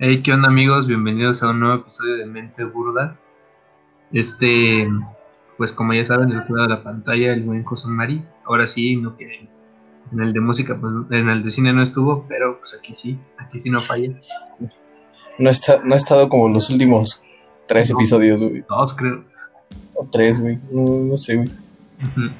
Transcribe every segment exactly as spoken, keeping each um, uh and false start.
Hey, ¿qué onda amigos? Bienvenidos a un nuevo episodio de Mente Burda. Este, pues como ya saben, del otro lado de la pantalla, el buen Mari. Ahora sí, no que en el de música, pues en el de cine no estuvo, pero pues aquí sí, aquí sí no falla. No, está, no ha estado como los últimos tres Dos, episodios, güey. dos creo. O tres, güey. No, no sé, güey. Ujú.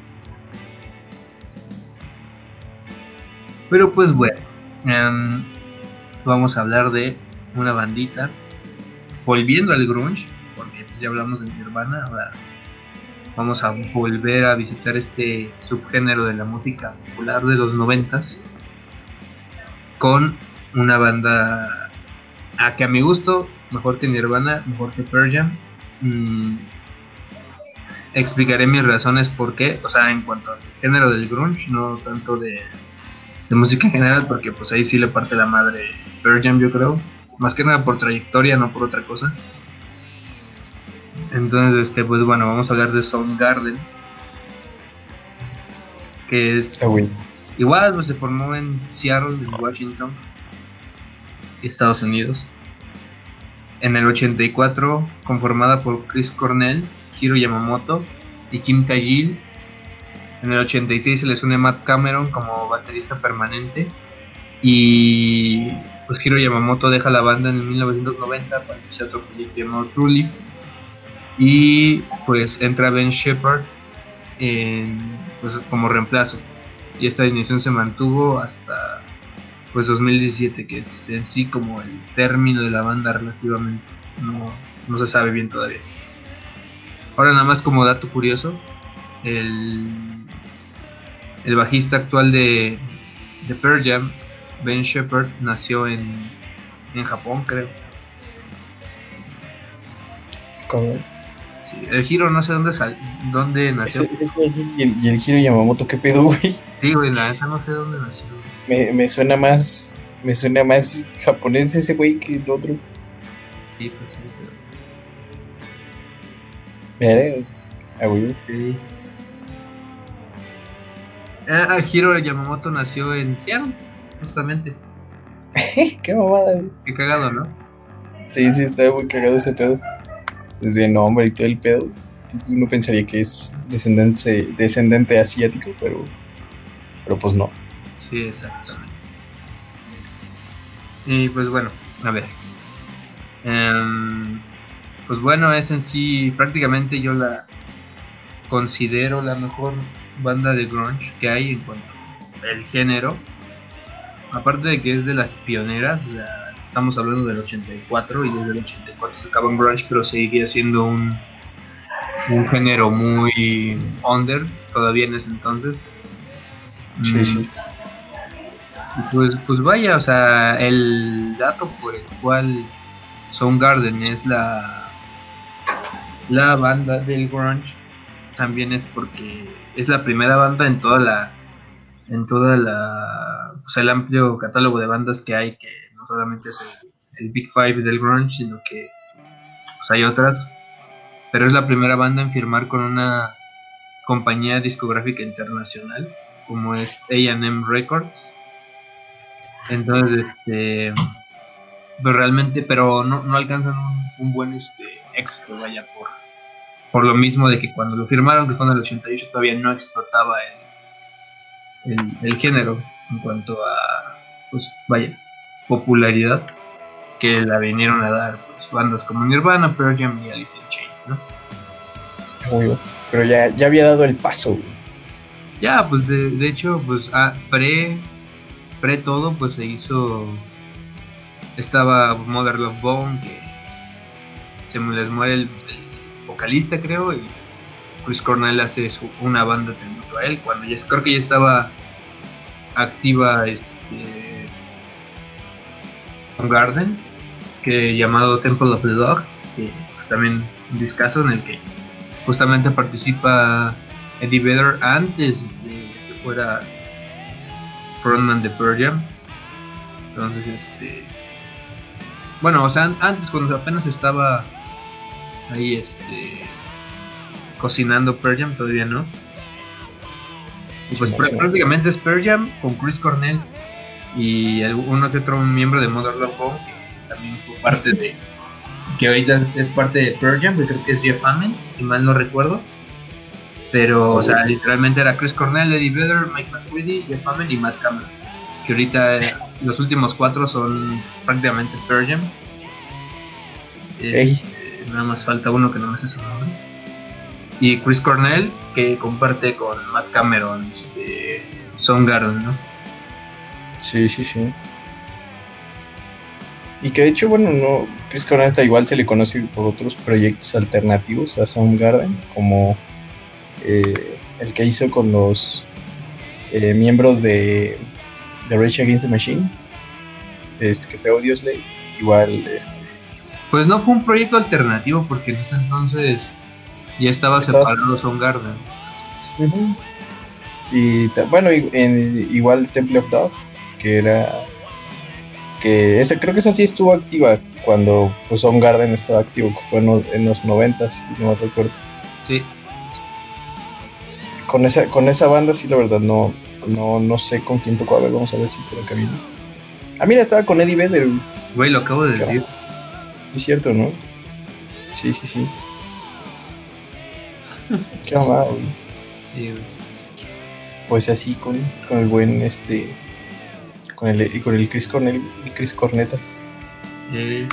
Pero pues bueno, em, vamos a hablar de una bandita, volviendo al grunge, porque pues ya hablamos de Nirvana, ahora vamos a volver a visitar este subgénero de la música popular de los noventas con una banda a que a mi gusto mejor que Nirvana, mejor que Pearl Jam. Mm, explicaré mis razones por qué, o sea, en cuanto al género del grunge, no tanto de, de música en general, porque pues ahí sí le parte la madre Pearl Jam, yo creo, más que nada por trayectoria, no por otra cosa. Entonces, este, pues bueno, vamos a hablar de Soundgarden, que es Ah, güey. igual, pues se formó en Seattle, en Washington, Estados Unidos. En el ochenta y cuatro, conformada por Chris Cornell, Hiro Yamamoto y Kim Tajil. En el ochenta y seis se les une Matt Cameron como baterista permanente. Y pues Hiro Yamamoto deja la banda en mil novecientos noventa para iniciar otro proyecto llamado Truly. Y pues entra Ben Shepherd en, pues, como reemplazo. Y esta alineación se mantuvo hasta pues dos mil diecisiete, que es en sí como el término de la banda relativamente. No, no se sabe bien todavía. Ahora nada más como dato curioso, el, el bajista actual de, de Pearl Jam, Ben Shepherd, nació en, en Japón, creo. ¿Cómo? Sí, el Hiro no sé dónde sal, dónde nació. Ese, ese, y, el, y el Hiro Yamamoto, ¿qué pedo, güey? Sí, güey, la neta no sé dónde nació. Me, me suena más. Me suena más japonés ese güey que el otro. Sí, pues sí, pero... Mira, ah, güey. Sí. Ah, Hiro Yamamoto nació en Seattle, justamente. Qué mamada, güey. Qué cagado, ¿no? Sí, sí, está muy cagado ese pedo. Desde el nombre y todo el pedo. Uno pensaría que es descendente, descendente asiático, pero. Pero pues no. Sí, exactamente. Y pues bueno, a ver. Um, pues bueno, es en sí, prácticamente yo la considero la mejor banda de grunge que hay en cuanto al género. Aparte de que es de las pioneras, o sea, estamos hablando del ochenta y cuatro y desde el ochenta y cuatro se acaba en grunge, pero seguía siendo un, un género muy under todavía en ese entonces. Sí, mm, sí. Y pues, pues vaya, o sea, el dato por el cual Soundgarden es la, la banda del grunge también es porque es la primera banda en toda la en toda la pues el amplio catálogo de bandas que hay, que no solamente es el, el Big Five del grunge, sino que pues hay otras, pero es la primera banda en firmar con una compañía discográfica internacional como es A and M Records. Entonces, este, pues realmente, pero no, no alcanzan un, un buen este, éxito, vaya, por, por lo mismo de que cuando lo firmaron, que fue en el ochenta y ocho, todavía no explotaba el, el, el género en cuanto a, pues vaya, popularidad que la vinieron a dar pues, bandas como Nirvana, Pearl Jam y Alice in Chains, ¿no? Muy Pero ya, ya había dado el paso, güey. Ya, pues de, de hecho, pues ah, pre, pre todo, pues se hizo, estaba Mother Love Bone, que se me les muere el, el vocalista, creo, y Chris Cornell hace su, una banda tributo a él, cuando ya creo que ya estaba activa este Garden, que llamado Temple of the Dog, que pues, también un discazo en el que justamente participa Eddie Vedder antes de que fuera frontman de Pearl Jam. Entonces, este, bueno, o sea, antes cuando apenas estaba ahí, este, cocinando Pearl Jam, todavía no. Y pues pr- prácticamente es Pearl Jam con Chris Cornell y uno que otro miembro de Mother Love Bone, que también fue parte de, que ahorita es, es parte de Pearl Jam, que creo que es Jeff Ament, si mal no recuerdo. Pero, o sea, literalmente era Chris Cornell, Eddie Vedder, Mike McCready, Jeff Ament y Matt Cameron. Que ahorita eh, los últimos cuatro son prácticamente Pearl Jam. Es, eh, nada más falta uno que no me sé su nombre. Y Chris Cornell, que comparte con Matt Cameron este, Soundgarden, ¿no? Sí, sí, sí. Y que de hecho, bueno, no, Chris Cornell igual se le conoce por otros proyectos alternativos a Soundgarden, como eh, el que hizo con los eh, miembros de, de Rage Against the Machine, este, que fue Audioslave, igual, este... Pues no fue un proyecto alternativo, porque en ese entonces ya estaba Estabas... separado Soundgarden. Uh-huh. Y bueno, en, igual Temple of Dog, que era... que ese, creo que esa sí estuvo activa cuando pues Soundgarden estaba activo, que fue en los, en los noventas, si no me recuerdo. Sí. Con esa, con esa banda sí, la verdad, no, no, no sé con quién tocó. A ver, vamos a ver si por acá viene. Ah, mira, estaba con Eddie Vedder. Güey, lo acabo de decir. Es cierto, ¿no? Sí, sí, sí. Qué mamada, güey. Sí, güey. Pues así con, con el buen, este... Con el, con el Chris Cornell, el Chris Cornetas. Eh,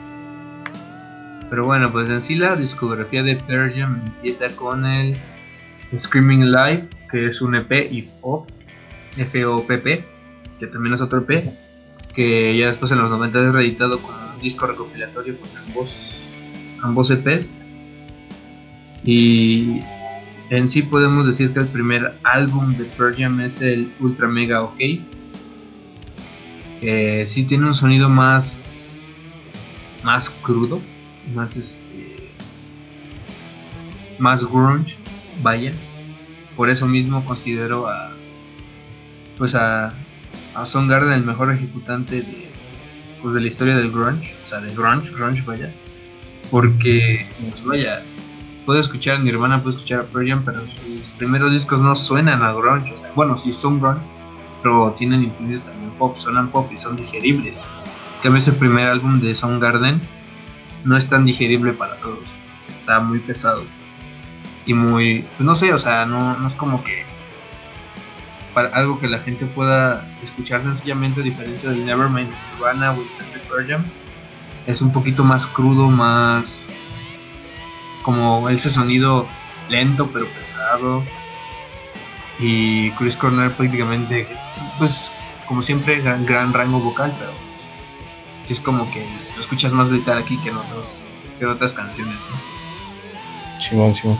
pero bueno, pues en sí la discografía de Pearl Jam empieza con el Screaming Live, que es un E P, y F O P, F O P P, que también es otro E P, que ya después en los noventa es reeditado con un disco recopilatorio con ambos, ambos E Ps. Y en sí podemos decir que el primer álbum de Pearl Jam es el Ultra Mega OK. Eh, sí tiene un sonido más más crudo, más este más grunge, vaya. Por eso mismo considero a pues a, a Soundgarden el mejor ejecutante de pues de la historia del grunge, o sea, de grunge, grunge vaya. Porque pues vaya, puedo escuchar a Nirvana, puedo escuchar a Pearl Jam, pero sus primeros discos no suenan a grunge, o sea, bueno, sí son grunge, pero tienen influencias también pop, suenan pop y son digeribles. Que a veces el primer álbum de Soundgarden no es tan digerible para todos, está muy pesado y muy, pues no sé, o sea, no, no es como que para algo que la gente pueda escuchar sencillamente, a diferencia del Nevermind de Nirvana o el Pearl Jam. Es un poquito más crudo, más como ese sonido lento pero pesado. Y Chris Cornell prácticamente, pues como siempre, gran, gran rango vocal, pero pues, sí es como que lo escuchas más gritar aquí que en, otros, que en otras canciones, ¿no? Simón, Simón.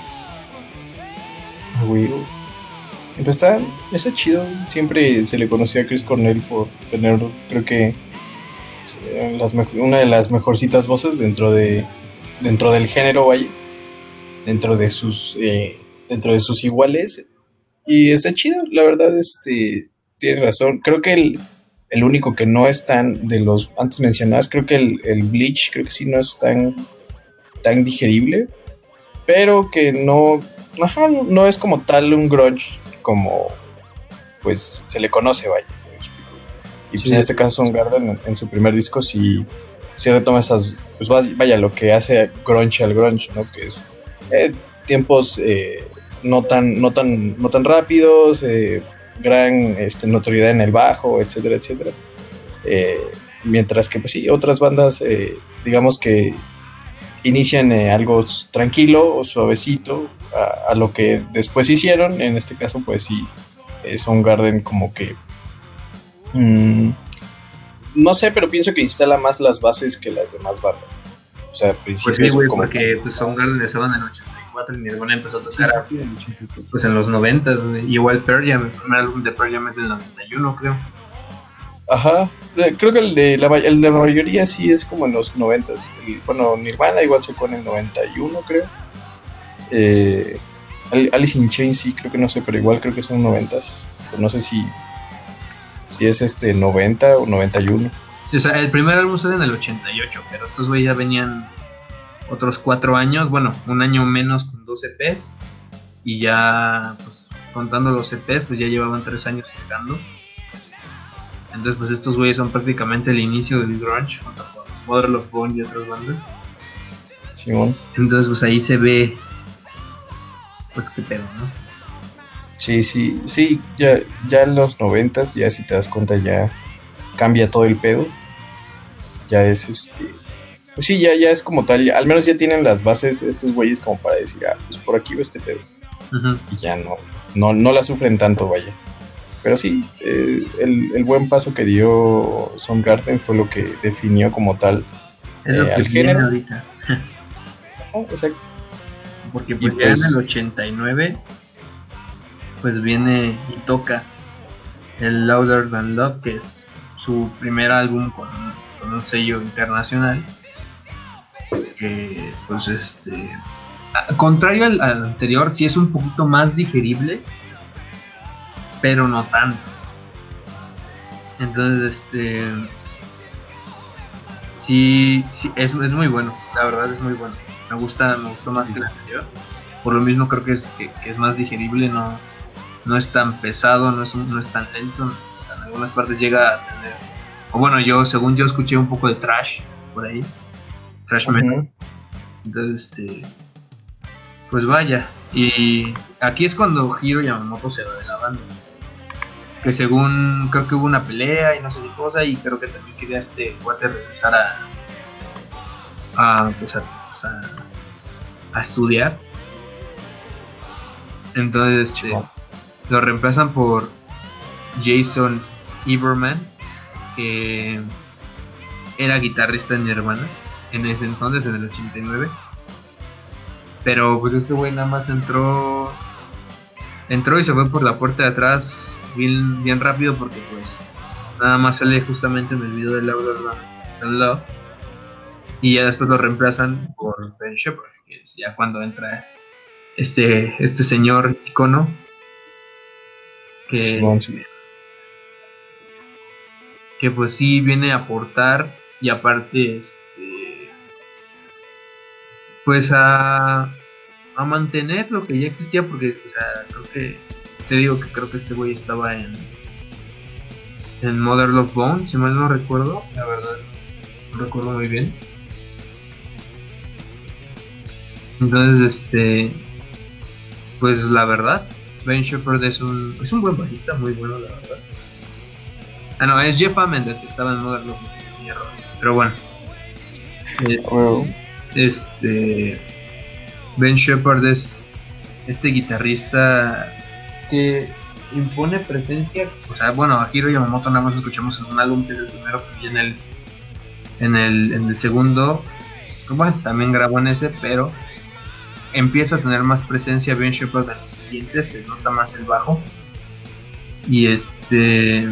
Güey. Pues está, está chido. Siempre se le conoció a Chris Cornell por tener, creo que las me- una de las mejorcitas voces dentro de dentro del género, vaya, dentro de sus eh, dentro de sus iguales. Y está chido, la verdad, este, tiene razón. Creo que el, el único que no es tan, de los antes mencionados, creo que el, el Bleach, creo que sí no es tan, tan digerible, pero que no, ajá, no es como tal un grunge como, pues, se le conoce, vaya. ¿Sí? Y pues sí, en este caso Soundgarden en, en su primer disco sí, sí retoma esas, pues vaya, lo que hace grunge al grunge, ¿no? Que es eh, tiempos... Eh, no tan no tan no tan rápidos, eh, gran este, notoriedad en el bajo, etcétera, etcétera. Eh, mientras que pues sí, otras bandas eh, digamos que inician eh, algo tranquilo o suavecito a, a lo que después hicieron. En este caso pues sí, eh, Soundgarden como que mmm, no sé, pero pienso que instala más las bases que las demás bandas. O sea, pues sí, güey, como... porque pues, Soundgarden estaban en el ochenta y cuatro y Nirvana empezó a tocar sí, sí, sí, pues en los noventa, y igual Pearl Jam, el primer álbum de Pearl Jam es del noventa y uno, creo. Ajá, creo que el de la, el de la mayoría sí es como en los noventa. Bueno, Nirvana igual sacó en el noventa y uno, creo. Eh, Alice in Chains sí, creo que no sé, pero igual creo que son noventas. No sé si si es este noventa o noventa y uno. Sí, o sea, el primer álbum sale en el ochenta y ocho, pero estos güey ya venían otros cuatro años, bueno, un año menos con dos E Pes, y ya, pues, contando los E Pes, pues ya llevaban tres años sacando. Entonces pues estos güeyes son prácticamente el inicio del grunge junto con Mother Love Bone y otras bandas. Simón. Entonces pues ahí se ve pues qué pedo, ¿no? Sí, sí, sí, ya, ya en los noventas, ya si te das cuenta, ya cambia todo el pedo. Ya es este. Pues sí, ya, ya es como tal, ya, al menos ya tienen las bases estos güeyes como para decir, ah, pues por aquí va este pedo. Uh-huh. Y ya no, no, no la sufren tanto, vaya. Pero sí, eh, el, el buen paso que dio Soundgarden fue lo que definió como tal es eh, lo que al género. Ahorita. Oh, exacto. Porque pues, pues ya en el ochenta y nueve pues viene y toca el Louder Than Love, que es su primer álbum con, con un sello internacional. Que pues este contrario al, al anterior, sí es un poquito más digerible, pero no tanto. Entonces este sí, sí es, es muy bueno, la verdad es muy bueno. Me gusta, me gustó más sí. que el anterior. Por lo mismo creo que es, que, que es más digerible, no, no es tan pesado, no es, no es tan lento. O sea, en algunas partes llega a tener, o bueno, yo según yo escuché un poco de thrash por ahí, thrash metal. Uh-huh. Entonces, este, pues vaya. Y aquí es cuando Hiro Yamamoto se va de la banda. Que según, creo que hubo una pelea y no sé qué cosa, y creo que también quería este cuate regresar a, a, pues a, pues a, a estudiar. Entonces, este, oh. lo reemplazan por Jason Iverman, que era guitarrista en Nirvana en ese entonces, en el ochenta y nueve. Pero pues este güey nada más entró entró y se fue por la puerta de atrás bien, bien rápido, porque pues nada más sale justamente en el video de Louder Than Love, y ya después lo reemplazan por Ben Shepherd, que es ya cuando entra este este señor icono que sí, sí. que pues sí viene a aportar, y aparte este pues a, a mantener lo que ya existía, porque o sea, creo que te digo que creo que este güey estaba en en Mother Love Bone, si mal no recuerdo, la verdad no recuerdo muy bien. Entonces este pues la verdad Ben Shepherd es un es un buen bajista, muy bueno, la verdad. Ah no, es Jeff Ament el que estaba en Mother Love Bone, pero bueno. Eh, oh. Este Ben Shepherd es este guitarrista que impone presencia, o sea, bueno, a Hiro Yamamoto nada más escuchamos en un álbum que es el primero, y en el en el en el segundo, bueno, también grabó en ese, pero empieza a tener más presencia Ben Shepherd en los siguientes, se nota más el bajo. Y este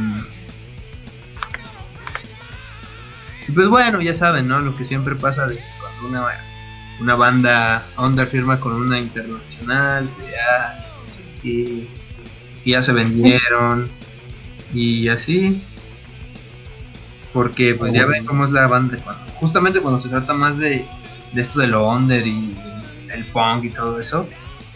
pues bueno, ya saben, ¿no? Lo que siempre pasa de cuando una, una banda under firma con una internacional, que ya, no sé qué, que ya se vendieron y así. Porque pues ya ven cómo es la banda, cuando, justamente cuando se trata más de, de esto de lo under y el punk y todo eso,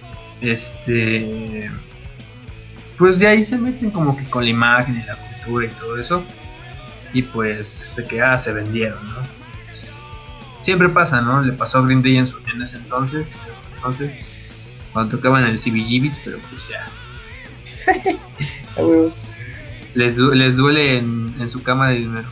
este pues de ahí se meten como que con la imagen y la cultura y todo eso. Y pues de que ah, se vendieron, ¿no? Siempre pasa, ¿no? Le pasó a Green Day en, su, en ese entonces, entonces cuando tocaban el C B G Bs, pero pues ya les, du- les duele en, en su cama de dinero,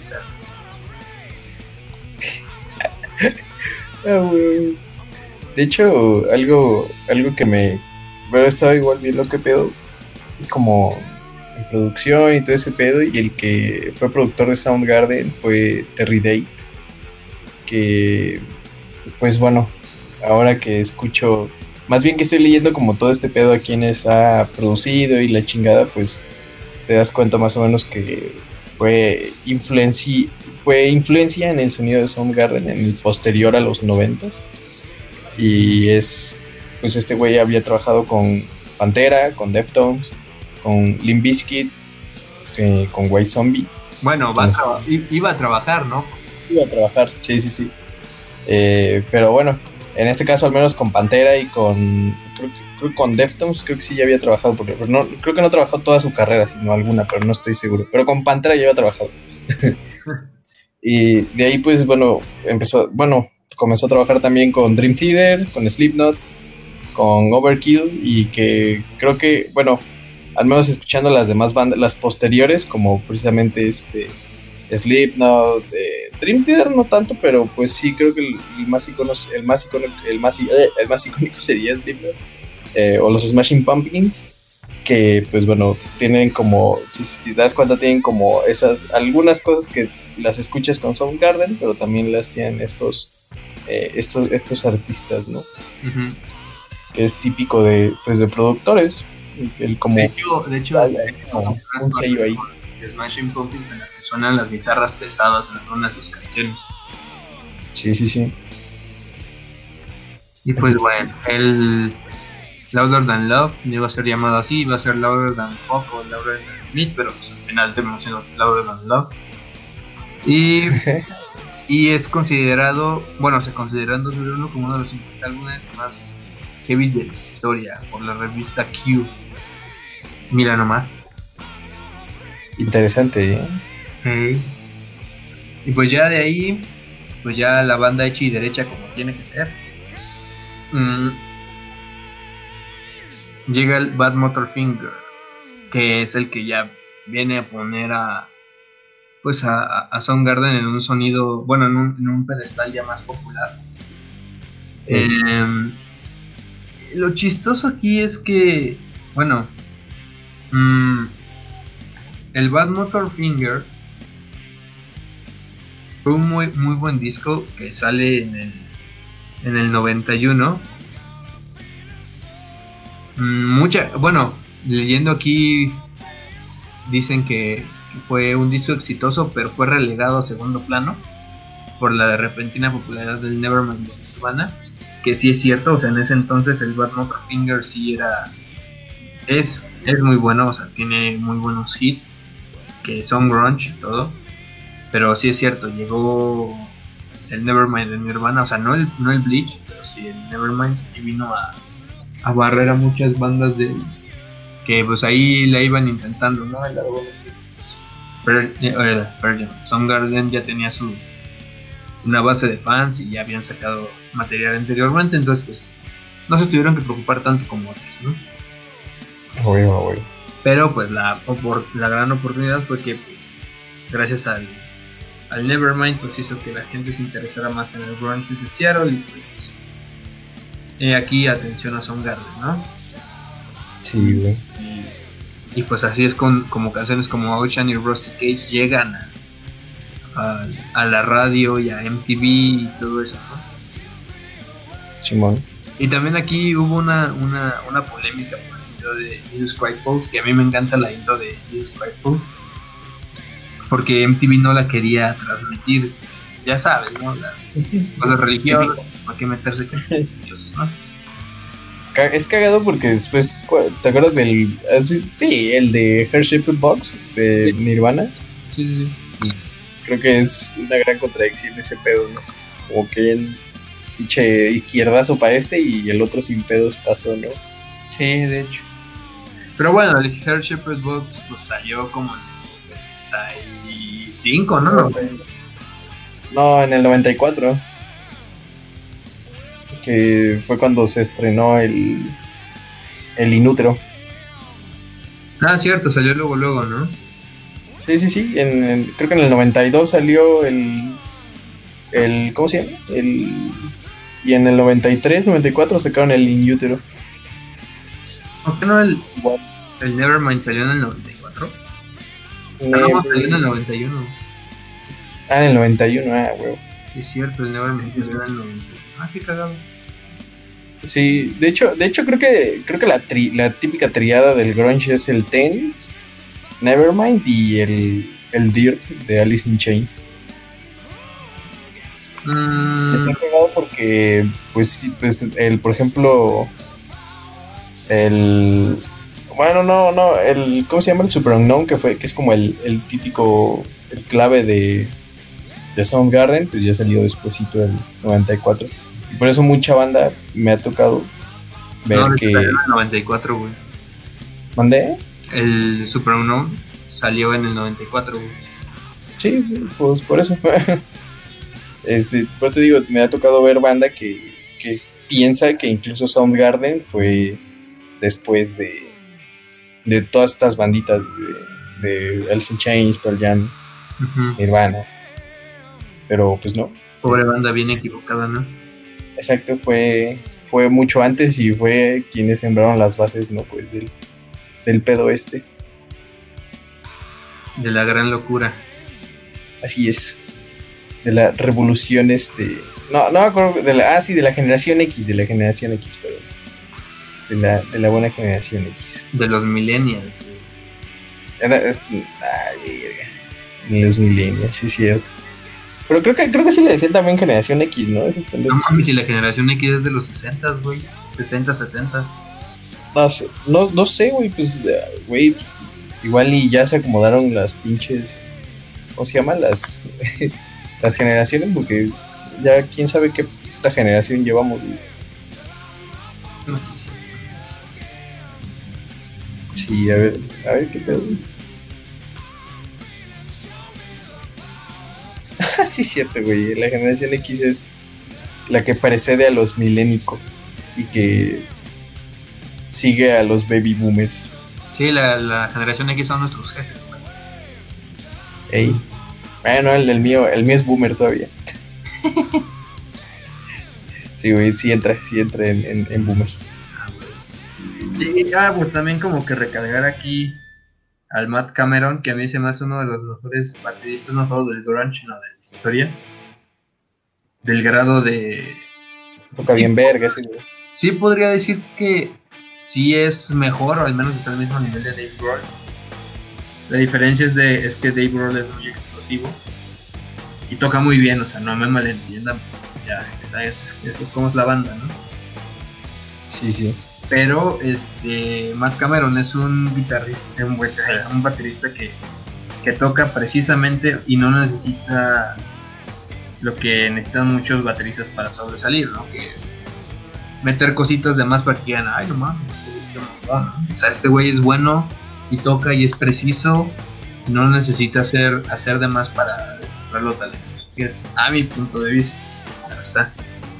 ¿sabes? De hecho, algo algo que me... Pero estaba igual viendo qué pedo, como en producción y todo ese pedo, y el que fue productor de Soundgarden fue Terry Date, que pues bueno, ahora que escucho, más bien que estoy leyendo como todo este pedo a quienes ha producido y la chingada, pues te das cuenta más o menos que fue influencia, fue influencia en el sonido de Soundgarden en el posterior a los noventas, y es, pues este güey había trabajado con Pantera, con Deftones, con Limp Bizkit, eh, con White Zombie. Bueno, va a traba- iba a trabajar, ¿no? Iba a trabajar, sí, sí, sí. Eh, pero bueno, en este caso al menos con Pantera y con, creo que creo que con Deftones creo que sí ya había trabajado, porque pero no, creo que no trabajó toda su carrera, sino alguna, pero no estoy seguro. Pero con Pantera ya había trabajado. Y de ahí pues bueno, empezó, bueno, comenzó a trabajar también con Dream Theater, con Slipknot, con Overkill, y que creo que, bueno, al menos escuchando las demás bandas, las posteriores, como precisamente este Slipknot, eh, Dream Theater no tanto, pero pues sí creo que el, el más icono, el más icónico, el más, eh, el más icónico sería Slipknot, eh, o los Smashing Pumpkins, que pues bueno, tienen como, si, si te das cuenta, tienen como esas, algunas cosas que las escuchas con Soundgarden, pero también las tienen estos, eh, estos, estos artistas, ¿no? Uh-huh. Que es típico de, pues, de productores, el como, de hecho, de hecho vaya, como un sello ahí. Smashing Pumpkins en las que suenan las guitarras pesadas en algunas de sus canciones. Sí, sí, sí. Y pues bueno, el Louder Than Love no iba a ser llamado así, iba a ser Louder Than Pop o Louder Than Meat, pero pues al final terminó siendo Louder Than Love. Y, y es considerado, bueno, se considera en dos mil uno como uno de los cincuenta álbumes más heavy de la historia por la revista Q. Mira nomás. Interesante, ¿eh? Okay. Y pues ya de ahí, pues ya la banda hecha y derecha como tiene que ser. Mm. Llega el Bad Motor Finger, que es el que ya viene a poner a pues a, a Soundgarden en un sonido, bueno, en un, en un pedestal ya más popular. Sí. Eh, lo chistoso aquí es que, bueno, mmm, el Bad Motor Finger fue un muy, muy buen disco que sale en el, en el noventa y uno. Mucha, bueno, leyendo aquí dicen que fue un disco exitoso, pero fue relegado a segundo plano por la repentina popularidad del Nevermind de Nirvana, que sí es cierto, o sea, en ese entonces el Bad Motor Finger sí era, es, es muy bueno, o sea, tiene muy buenos hits, que son grunge y todo, pero sí es cierto, llegó el Nevermind de Nirvana, o sea, no el, no el Bleach, pero sí el Nevermind, y vino a a barrer a muchas bandas de que pues ahí la iban intentando, ¿no? El lado bueno es que pues, Pearl Jam, Soundgarden ya tenía su una base de fans y ya habían sacado material anteriormente, entonces pues no se tuvieron que preocupar tanto como otros, ¿no? Obvio, obvio. Pero pues la, la gran oportunidad fue que pues gracias al al Nevermind pues hizo que la gente se interesara más en el grunge de Seattle y pues Eh, aquí atención a Soundgarden, ¿no? Sí, güey. Y, y pues así es con como canciones como Ocean y Rusty Cage llegan a, a, a la radio y a M T V y todo eso, ¿no? Simón. Y también aquí hubo una, una, una polémica por el video de Jesus Christ Pose, que a mí me encanta la intro de Jesus Christ Pose, porque M T V no la quería transmitir. Ya sabes, ¿no? Las cosas religiosas, ¿para qué meterse con religiosos, no? Es cagado porque después, ¿te acuerdas del...? Sí, el de Heart-Shaped Box de sí. Nirvana. Sí, sí, sí. Creo que es una gran contradicción ese pedo, ¿no? Como que el pinche izquierdazo para este y el otro sin pedos pasó, ¿no? Sí, de hecho. Pero bueno, el Heart-Shaped Box pues salió como en el noventa y cinco, ¿no? No, No, en el noventa y cuatro, que fue cuando se estrenó el el Inútero. Ah, cierto, salió luego, luego, ¿no? Sí, sí, sí, en el, creo que en el noventa y dos salió el, el ¿cómo se llama? El, y en el noventa y tres, noventa y cuatro sacaron el Inútero. ¿Por qué no el, el Nevermind salió en el noventa y cuatro? Never... Ah, no, salió en el noventa y uno. Ah, en el noventa y uno, ah, huevo. Sí, es cierto, el Nevermind sí, salió en el noventa y uno. Ah, qué cagado. Sí, de hecho, de hecho creo que creo que la tri, la típica triada del grunge es el Ten, Nevermind y el, el Dirt de Alice in Chains. Mm. Está cagado porque pues, pues el, por ejemplo, el bueno, no, no, el ¿cómo se llama? El Super Unknown, que fue que es como el, el típico el clave de de Soundgarden, pues ya salió despuesito del noventa y cuatro. Y por eso mucha banda me ha tocado ver no, que... salió en el noventa y cuatro, güey. ¿Mandé? El Super Unknown salió en el noventa y cuatro, güey. Sí, pues por eso. Este, por eso te digo, me ha tocado ver banda que, que piensa que incluso Soundgarden fue después de, de todas estas banditas de, de Alice in Chains, Pearl Jam, uh-huh. Nirvana. Pero pues no. Pobre banda, bien equivocada, ¿no? Exacto, fue, fue mucho antes y fue quienes sembraron las bases, ¿no? Pues del, del pedo este. De la gran locura. Así es. De la revolución, este... No, no me acuerdo, de la, ah, sí, de la generación X, de la generación X, pero... De la, de la buena generación X. De los millennials, güey. Era, es, ay, verga. De los millennials, sí es cierto. Pero creo que, creo que sí le decían también generación X, ¿no? Eso no mames, si la generación X es de los sesenta, güey. sesenta, setenta. No, no, no sé, güey, pues, güey, igual y ya se acomodaron las pinches... ¿Cómo se llaman? Las... las generaciones, porque ya quién sabe qué puta generación llevamos. Sí, a ver, a ver qué pedo. Sí, es cierto, güey. La generación X es la que precede a los milénicos y que sigue a los baby boomers. Sí, la, la generación X son nuestros jefes, güey. Ey. Bueno, el, el mío, el mío es boomer todavía. Sí, güey, sí entra, sí entra en, en, en boomer. Sí, ah, pues también como que recargar aquí al Matt Cameron, que a mí se me hace uno de los mejores bateristas, no solo del grunge, sino de la historia. Del grado de... Toca sí, bien verga ese güey. Sí podría decir que sí es mejor, o al menos está al mismo nivel de Dave Grohl. La diferencia es, de, es que Dave Grohl es muy explosivo y toca muy bien, o sea, no me malentiendan, o sea, esa es, esa es como es la banda, ¿no? Sí, sí. Pero este Matt Cameron es un guitarrista, un, un baterista que, que toca precisamente y no necesita lo que necesitan muchos bateristas para sobresalir, ¿no? Que es meter cositas de más para que digan, ay, no mames, o sea, este güey es bueno y toca y es preciso, no necesita hacer, hacer de más para demostrar los talentos, que es a mi punto de vista. Claro está.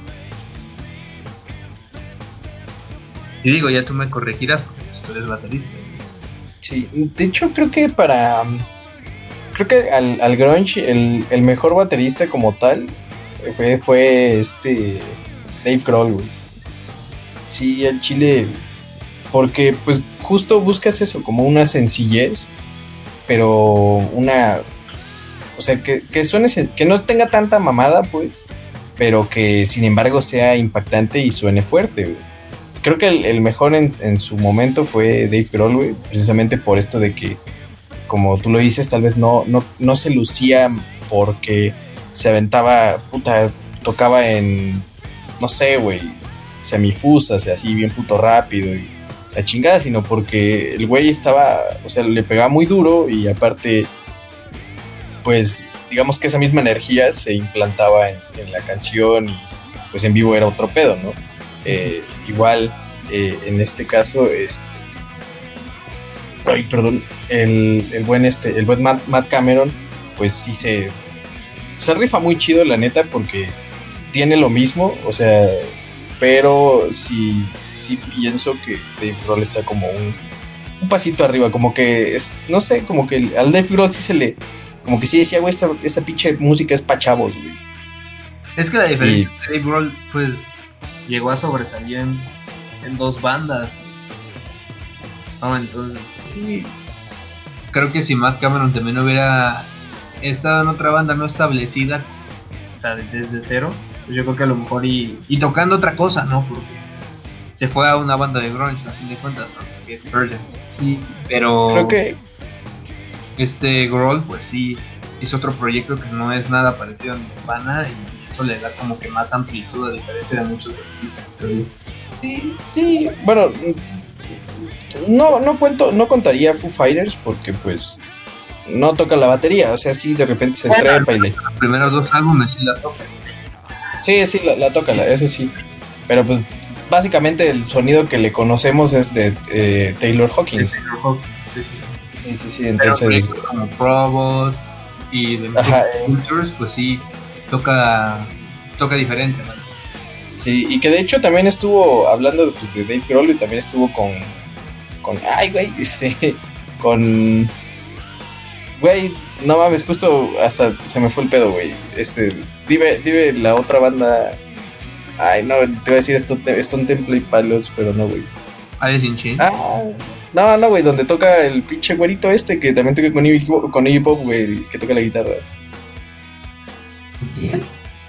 Y digo, ya tú me corregirás porque tú eres baterista. Sí, de hecho creo que para... Creo que al, al grunge el, el mejor baterista como tal fue, fue este Dave Grohl, güey. Sí, el chile... Porque pues justo buscas eso, como una sencillez, pero una... O sea, que, que suene... Que no tenga tanta mamada, pues, pero que sin embargo sea impactante y suene fuerte, güey. Creo que el, el mejor en, en su momento fue Dave Grohl, güey, precisamente por esto de que, como tú lo dices, tal vez no, no, no se lucía porque se aventaba, puta, tocaba en, no sé, güey, semifusas, así bien puto rápido y la chingada, sino porque el güey estaba, o sea, le pegaba muy duro y aparte, pues, digamos que esa misma energía se implantaba en, en la canción y pues en vivo era otro pedo, ¿no? Eh, igual eh, en este caso este, ay, perdón el, el buen este el buen Matt, Matt Cameron pues sí se se rifa muy chido la neta porque tiene lo mismo, o sea, pero sí sí pienso que Dave Grohl está como un, un pasito arriba, como que es, no sé, como que al Dave Grohl sí se le, como que sí decía, güey, esta, esta pinche música es pa' chavos, güey. Es que la diferencia y... de Dave Grohl pues llegó a sobresalir en, en dos bandas. No, entonces sí, creo que si Matt Cameron también hubiera estado en otra banda no establecida, o sea, desde cero, pues yo creo que a lo mejor y, y tocando otra cosa, ¿no? Porque se fue a una banda de grunge, a fin de cuentas, ¿no? Que es Pearl Jam. Sí, pero creo que este Grohl, pues sí, hizo otro proyecto que no es nada parecido a Nirvana y le da como que más amplitud a diferencia de muchos artistas. Sí, sí, bueno, no, no cuento, no contaría Foo Fighters porque pues no toca la batería, o sea, sí de repente se bueno, trepa y le... Los primeros dos álbumes sí la toca. Sí, sí, la, la toca, la, eso sí, pero pues básicamente el sonido que le conocemos es de eh, Taylor Hawkins. Taylor Hawkins, sí, sí, sí. Sí, sí, sí, entonces... Pero como Probot y de Cultures, pues sí, toca, toca diferente, ¿no? Sí, y que de hecho también estuvo hablando pues, de Dave Grohl y también estuvo con... con ay, güey, este... con... Güey, no mames, justo hasta se me fue el pedo, güey. Este, dime, dime la otra banda... Ay, no, te voy a decir esto, Stone Temple Pilots, pero no, güey. Alice in Chains. Ah, no, no, güey, donde toca el pinche güerito este que también toca con Iggy Pop, con Iggy Pop, güey, que toca la guitarra. ¿Quién?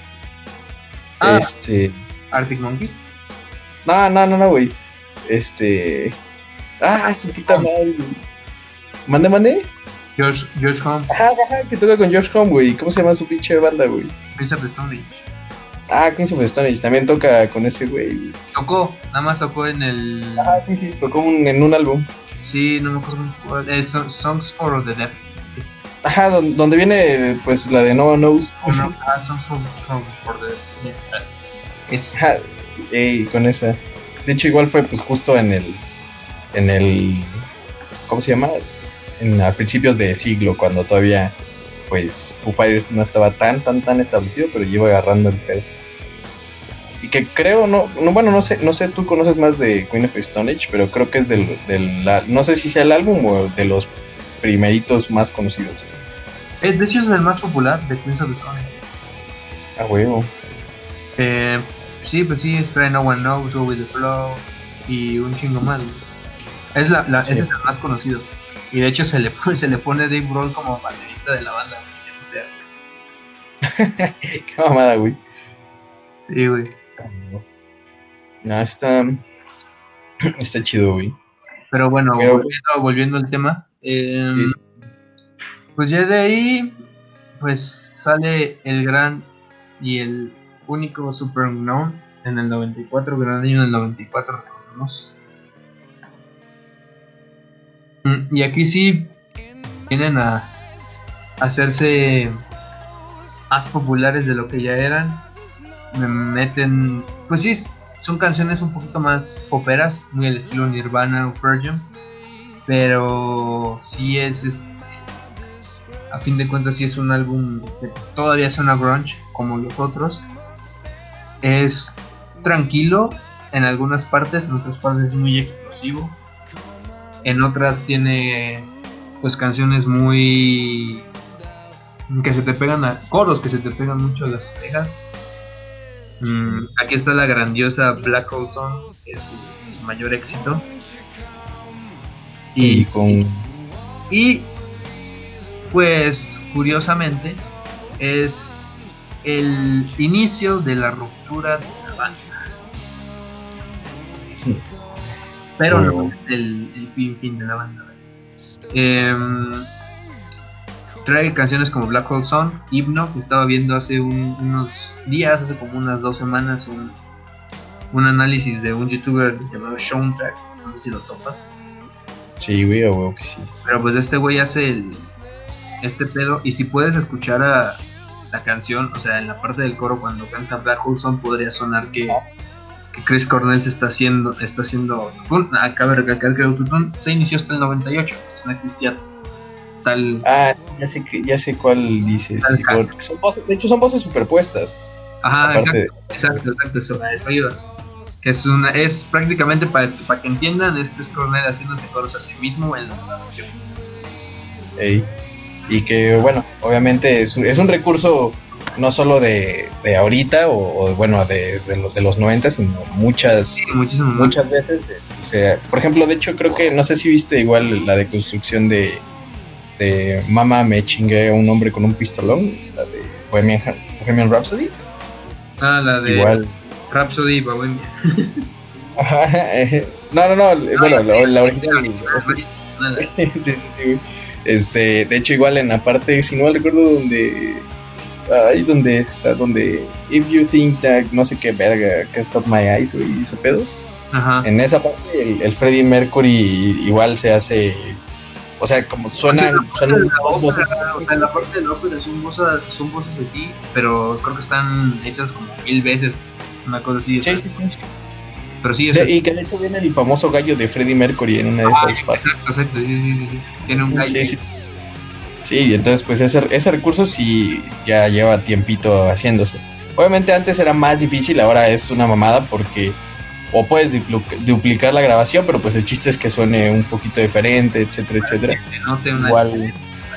Ah, este... Arctic Monkeys. No, no, no, no, güey. Este... Ah, su puta madre, güey. ¿Mande, mande? George, George Home. Ajá, ajá, que toca con George Home, güey. ¿Cómo se llama su pinche banda, güey? Queens of the Stone Age. Ah, Queens of the Stone Age. También toca con ese güey. Tocó, nada más tocó en el... Ah, sí, sí, tocó un, en un álbum. Sí, no me acuerdo cómo fue. Eh, Songs for the Deaf. Sí. Ajá, don, donde viene, pues, la de No One Knows. Oh, no, ah, Songs for, for, for the Deaf. Es... Ajá, ey, con esa. De hecho, igual fue, pues, justo en el... En el... ¿Cómo se llama? En, a principios de siglo, cuando todavía, pues, Foo Fighters no estaba tan, tan, tan establecido, pero lleva agarrando el pedo. Y que creo, no, no bueno, no sé, no sé, tú conoces más de Queen of Stone Age, pero creo que es del, del la, no sé si sea el álbum o de los primeritos más conocidos. Eh, de hecho es el más popular de Queens of the Stone Age. Ah, huevo. Eh, sí, pues sí, Try No One Knows, Go With The Flow y un chingo más. Es la, la sí. Ese es el más conocido. Y de hecho se le, se le pone Dave Grohl como baterista de la banda. O sea. Qué mamada, güey. Sí, güey. No, está... Está chido, güey. Pero bueno, Pero... Volviendo, volviendo al tema. Eh, sí. Pues ya de ahí, pues sale el gran y el único Super Unknown en el noventa y cuatro, gran año en el noventa y cuatro, recordemos. Y aquí sí vienen a hacerse más populares de lo que ya eran. Me meten, pues sí, son canciones un poquito más poperas, muy al estilo Nirvana o Pearl Jam, pero sí es, es a fin de cuentas sí es un álbum que todavía suena grunge como los otros. Es tranquilo en algunas partes, en otras partes es muy explosivo, en otras tiene pues canciones muy que se te pegan a coros que se te pegan mucho a las orejas. Mm, aquí está la grandiosa Black Hole Sun, que es su, su mayor éxito. Y, y con y, y pues curiosamente es el inicio de la ruptura de la banda, pero oh. no el, el fin fin de la banda. Eh, trae canciones como Black Hole Sun, Himno, que estaba viendo hace un, unos días, hace como unas dos semanas, un, un análisis de un youtuber llamado Soundtrack, no sé si lo topas. Sí, güey, o güey, que sí. Pero pues este güey hace el, este pedo, y si puedes escuchar a la canción, o sea, en la parte del coro cuando canta Black Hole Sun podría sonar que, que Chris Cornell se está haciendo, está haciendo, ah, cabe recalcar que el autotune se inició hasta el noventa y ocho, no existía tal. Ah, ya sé que, ya sé cuál dices. Sí, son voces, de hecho son voces superpuestas. Ajá, exacto, de... exacto, exacto, eso, a eso iba. Que es una, es prácticamente para, para que entiendan, es Chris Cornell haciéndose coros a sí mismo en la grabación. Ey. Y que bueno, obviamente es un, es un recurso no solo de, de ahorita o, o bueno de, de los de los noventa, sino muchas sí, muchísimas muchas veces. O sea, por ejemplo, de hecho creo que no sé si viste igual la deconstrucción de de Mama me chingué a un hombre con un pistolón, la de Bohemian, Bohemian Rhapsody. Ah, la de igual. Rhapsody Bohemian. no, no, no, no, bueno, la, la original. sí, sí, sí. Este, de hecho igual en la parte, si no mal recuerdo, donde ahí donde está, donde If You Think That no sé qué verga, Can't Stop My Eyes, y ese pedo. Ajá. En esa parte el, el Freddie Mercury igual se hace. O sea, como suenan, suenan dos voces. O sea, en la parte de la ópera son voces, son voces así, pero creo que están hechas como mil veces, una cosa así. Sí, sí, sí. Pero sí, eso... De, y que de hecho viene el famoso gallo de Freddie Mercury en una de ah, esas partes. Exacto, exacto, sí, sí, sí, sí. Tiene un gallo. Sí, sí. Sí, entonces pues ese, ese recurso sí ya lleva tiempito haciéndose. Obviamente antes era más difícil, ahora es una mamada porque o puedes dupl- duplicar la grabación, pero pues el chiste es que suene un poquito diferente, etcétera, etcétera. Igual,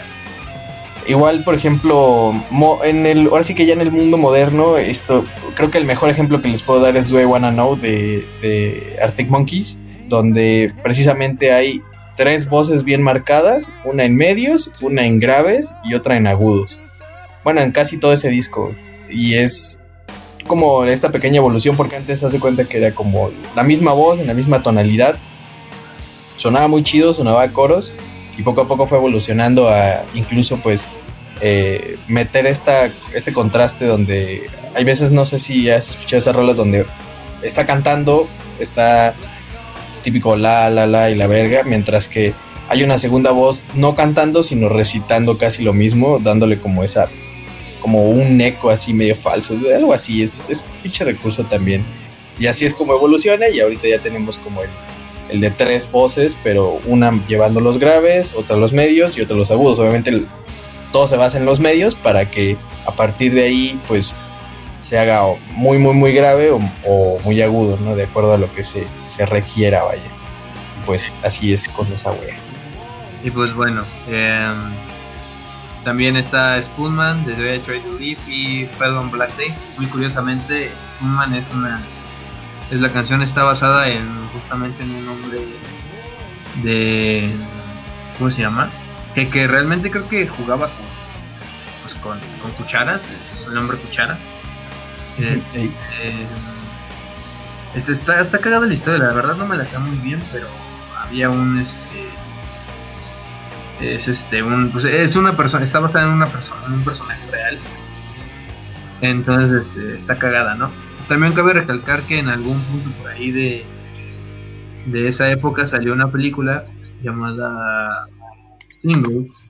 igual, por ejemplo, mo, en el, ahora sí que ya en el mundo moderno, esto, creo que el mejor ejemplo que les puedo dar es Do I Wanna Know de, de Arctic Monkeys, donde precisamente hay tres voces bien marcadas, una en medios, una en graves y otra en agudos. Bueno, en casi todo ese disco. Y es como esta pequeña evolución, porque antes se hace cuenta que era como la misma voz, en la misma tonalidad. Sonaba muy chido, sonaba a coros, y poco a poco fue evolucionando a incluso pues eh, meter esta, este contraste donde hay veces, no sé si has escuchado esas rolas donde está cantando, está típico la, la, la y la verga, mientras que hay una segunda voz no cantando, sino recitando casi lo mismo, dándole como esa, como un eco así medio falso, algo así, es, es un pinche recurso también. Y así es como evoluciona, y ahorita ya tenemos como el, el de tres voces, pero una llevando los graves, otra los medios y otra los agudos. Obviamente el, todo se basa en los medios para que a partir de ahí pues se haga muy muy muy grave o, o muy agudo, ¿no? De acuerdo a lo que se, se requiera, vaya. Pues así es con esa wea. Y pues bueno, eh, también está Spoonman de The Try to Live y Fell on Black Days. Muy curiosamente, Spoonman es una es la canción está basada en justamente en un hombre de ¿cómo se llama? Que, que realmente creo que jugaba con pues con, con cucharas, es un hombre cuchara. Eh, sí. eh, este está está cagada la historia, la verdad no me la sé muy bien, pero había un este es este un pues es una persona, está basada en una persona, en un personaje real. Entonces este, está cagada, ¿no? También cabe recalcar que en algún punto por ahí de de esa época salió una película llamada Singles,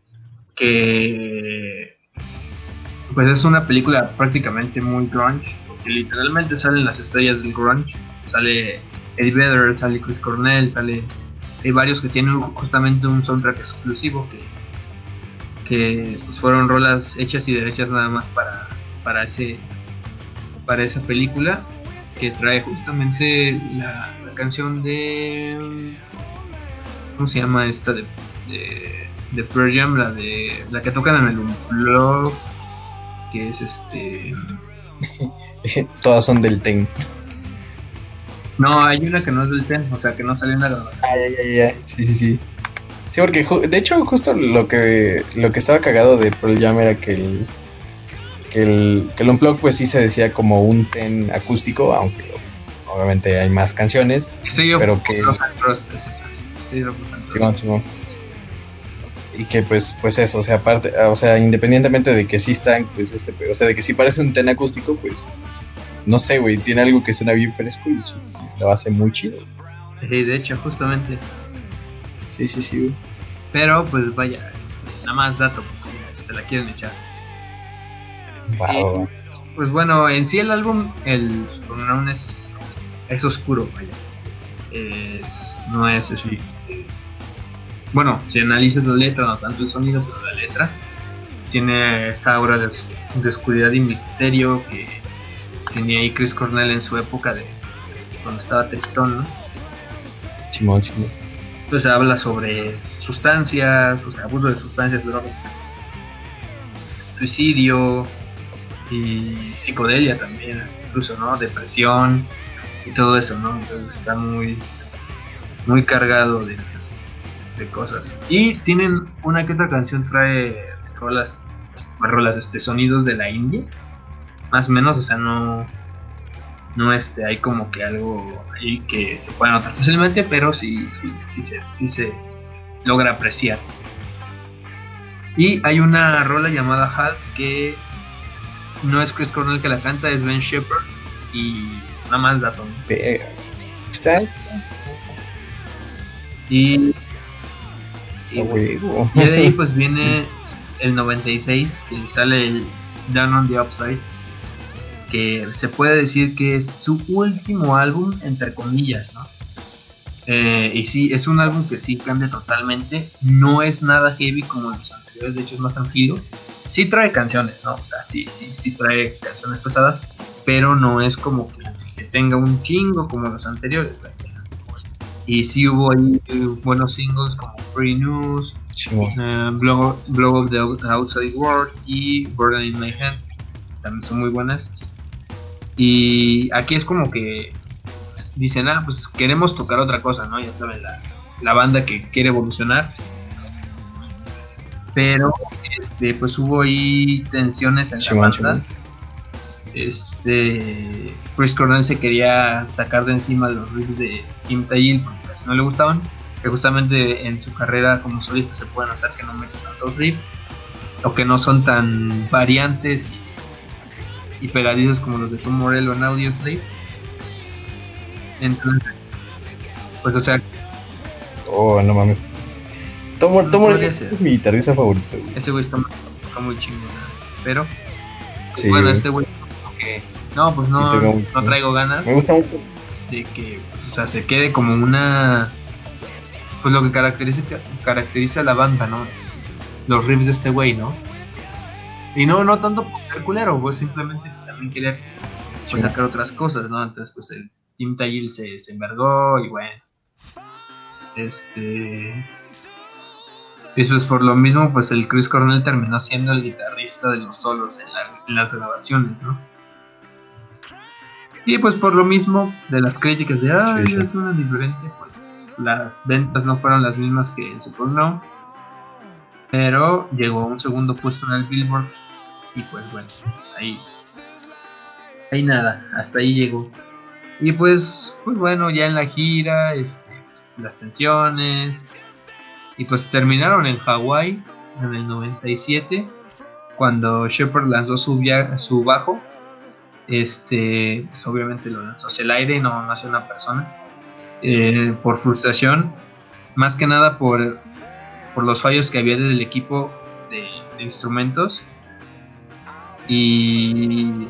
que pues es una película prácticamente muy grunge, porque literalmente salen las estrellas del grunge, sale Eddie Vedder, sale Chris Cornell, sale hay varios que tienen justamente un soundtrack exclusivo que que pues fueron rolas hechas y derechas nada más para para ese para esa película, que trae justamente la, la canción de ¿cómo se llama esta de de, de Pearl Jam, la de la que tocan en el Unplugged, que es este todas son del Ten. No, hay una que no es del Ten, o sea que no salió en la grabación. Ah, ya, ya, ya. Sí, sí, sí. Sí, porque ju- de hecho justo lo que lo que estaba cagado de Pearl Jam era que el que el que el Unplugged pues sí se decía como un Ten acústico, aunque obviamente hay más canciones, Sí, yo, pero que Frost, es esa. Sí, Simón, Simón. Y que pues pues eso, o sea, aparte, o sea, independientemente de que sí están pues este, o sea, de que sí parece un Ten acústico, pues no sé, güey, tiene algo que suena bien fresco y eso lo hace muy chido. Sí, de hecho, justamente. Sí, sí, sí, güey. Pero, pues vaya, este, nada más dato, pues si se la quieren echar. Wow. Y, pues bueno, en sí el álbum, el Superman es, es oscuro, vaya. Es, no es eso. Sí. Eh, bueno, si analizas la letra, no tanto el sonido, pero la letra tiene esa aura de, de oscuridad y misterio que tenía ahí Chris Cornell en su época de cuando estaba tristón, ¿no? Simón, Simón. Pues habla sobre sustancias, o sea, abuso de sustancias, drogas, suicidio y psicodelia también, incluso, ¿no? Depresión y todo eso, ¿no? Entonces está muy, muy cargado de, de cosas. Y tienen una que otra canción trae rolas, rolas, este, sonidos de la India, más o menos, o sea, no, no este, hay como que algo ahí que se puede notar fácilmente, pero sí, sí, sí se, sí se logra apreciar. Y hay una rola llamada Half que no es Chris Cornell que la canta, es Ben Shepherd y nada más dato. ¿Estás? Y sí, güey. Y de ahí pues viene el noventa y seis que sale el Down on the Upside, que se puede decir que es su último álbum, entre comillas, ¿no? Eh, y sí, es un álbum que sí cambia totalmente. No es nada heavy como los anteriores, de hecho es más tranquilo. Sí trae canciones, ¿no? O sea, sí, sí, sí trae canciones pesadas, pero no es como que, que tenga un chingo como los anteriores, ¿verdad? Y sí hubo ahí buenos singles como Free News, uh, Blow, Blow of the Outside World y Burden in My Hand. También son muy buenas. Y aquí es como que dicen, ah, pues queremos tocar otra cosa, ¿no? Ya saben, la, la banda que quiere evolucionar. Pero, este, pues hubo ahí tensiones en Chimán, la banda. Chimán. Este, Chris Cornell se quería sacar de encima los riffs de Kim Thayil porque casi no le gustaban. Que justamente en su carrera como solista se puede notar que no meten tantos riffs o que no son tan variantes y, y pegadizos como los de Tom Morello en Audioslave. Entonces, pues o sea, oh, no mames. Tom Morello es, es mi guitarrista favorito. Güey. Ese güey está, está muy chingón, pero sí, bueno, güey. Este güey que no, pues no, sí, no traigo ganas. Me gusta mucho de que, pues, o sea, se quede como una, pues lo que caracteriza caracteriza a la banda, ¿no? Los riffs de este güey, ¿no? Y no, no tanto por ser culero, pues simplemente también quería pues, sí. sacar otras cosas, ¿no? Entonces, pues el Tim Thayil se, se envergó y bueno, este, y pues por lo mismo, pues el Chris Cornell terminó siendo el guitarrista de los solos en, la, en las grabaciones, ¿no? Y pues por lo mismo de las críticas de ah, sí, sí. es una diferente, pues las ventas no fueron las mismas que en Super No, pero llegó a un segundo puesto en el Billboard y pues bueno, ahí, ahí nada, hasta ahí llegó. Y pues, pues bueno, ya en la gira, este, pues, las tensiones, y pues terminaron en Hawái en el noventa y siete, cuando Shepard lanzó su, via- su bajo, este, pues obviamente lo lanzó hacia el aire y no, no hacia una persona, eh, por frustración, más que nada por, por los fallos que había del equipo de, de instrumentos, y...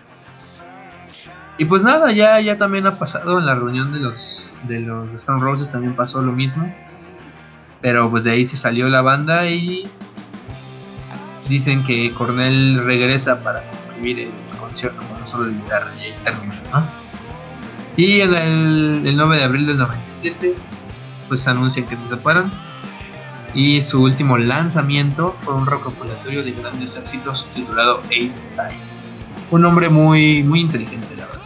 Y pues nada, ya, ya también ha pasado en la reunión de los de los Stone Roses, también pasó lo mismo. Pero pues de ahí se salió la banda y dicen que Cornell regresa para concluir el concierto con un solo de guitarra y ahí terminó, ¿no? Y en el, el nueve de abril del noventa y siete pues anuncian que se separan. Y su último lanzamiento fue un recopilatorio de grandes éxitos titulado Ace Sides. Un hombre muy, muy inteligente, la verdad.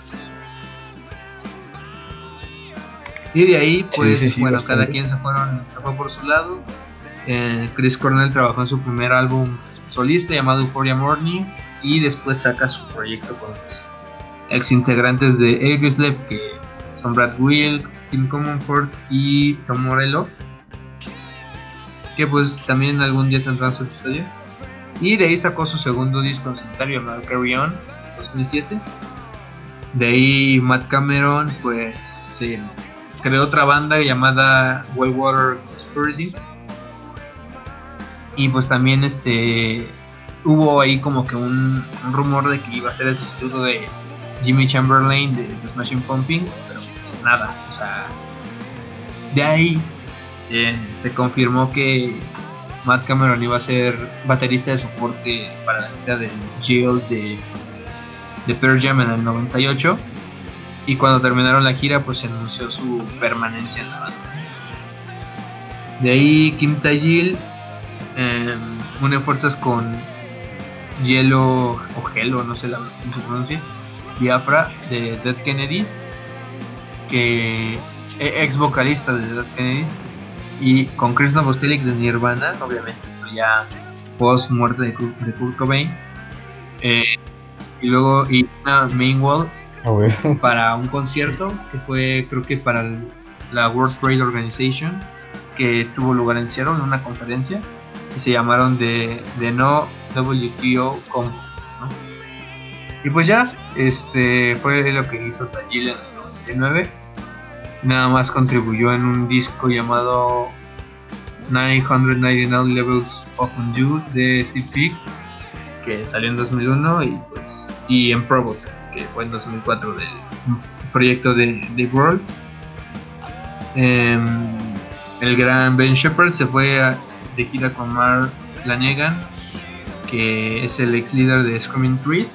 Y de ahí, pues, sí, sí, sí, bueno, bastante. Cada quien se, fueron, se fue por su lado. Eh, Chris Cornell trabajó en su primer álbum solista llamado Euphoria Morning y después saca su proyecto con ex integrantes de Audioslave, que son Brad Wilk, Tim Comonfort y Tom Morello, que pues también algún día tendrán su episodio. Y de ahí sacó su segundo disco en solitario llamado Carry On, dos mil siete. De ahí Matt Cameron pues sí, creó otra banda llamada Whitewater Conspiracy. Y pues también este hubo ahí como que un, un rumor de que iba a ser el sustituto de Jimmy Chamberlain de The Smashing Pumpkins, pero pues nada, o sea, de ahí eh, se confirmó que Matt Cameron iba a ser baterista de soporte para la gira de Jill de, de Pearl Jam en el noventa y ocho. Y cuando terminaron la gira, pues se anunció su permanencia en la banda. De ahí Kim Thayil eh, une fuerzas con Hielo o Gelo, no sé la, cómo se pronuncia, Biafra de Dead Kennedys, que ex vocalista de Dead Kennedys, y con Chris Novoselic de Nirvana, obviamente esto ya post muerte de Kurt, de Kurt Cobain, eh, y luego Ina Mainwall okay. para un concierto que fue, creo que para el, la World Trade Organization, que tuvo lugar en Seattle, en una conferencia, y se llamaron de, de No W T O Combo, ¿no? Y pues ya, este fue lo que hizo Thayil en el noventa y nueve. Nada más contribuyó en un disco llamado novecientos noventa y nueve Levels of Undo de Steve Picks, que salió en dos mil uno, y pues y en Probot, que fue en dos mil cuatro del proyecto de, de World. Eh, el gran Ben Shepherd se fue a, de gira con Mark Lanegan, que es el ex líder de Screaming Trees,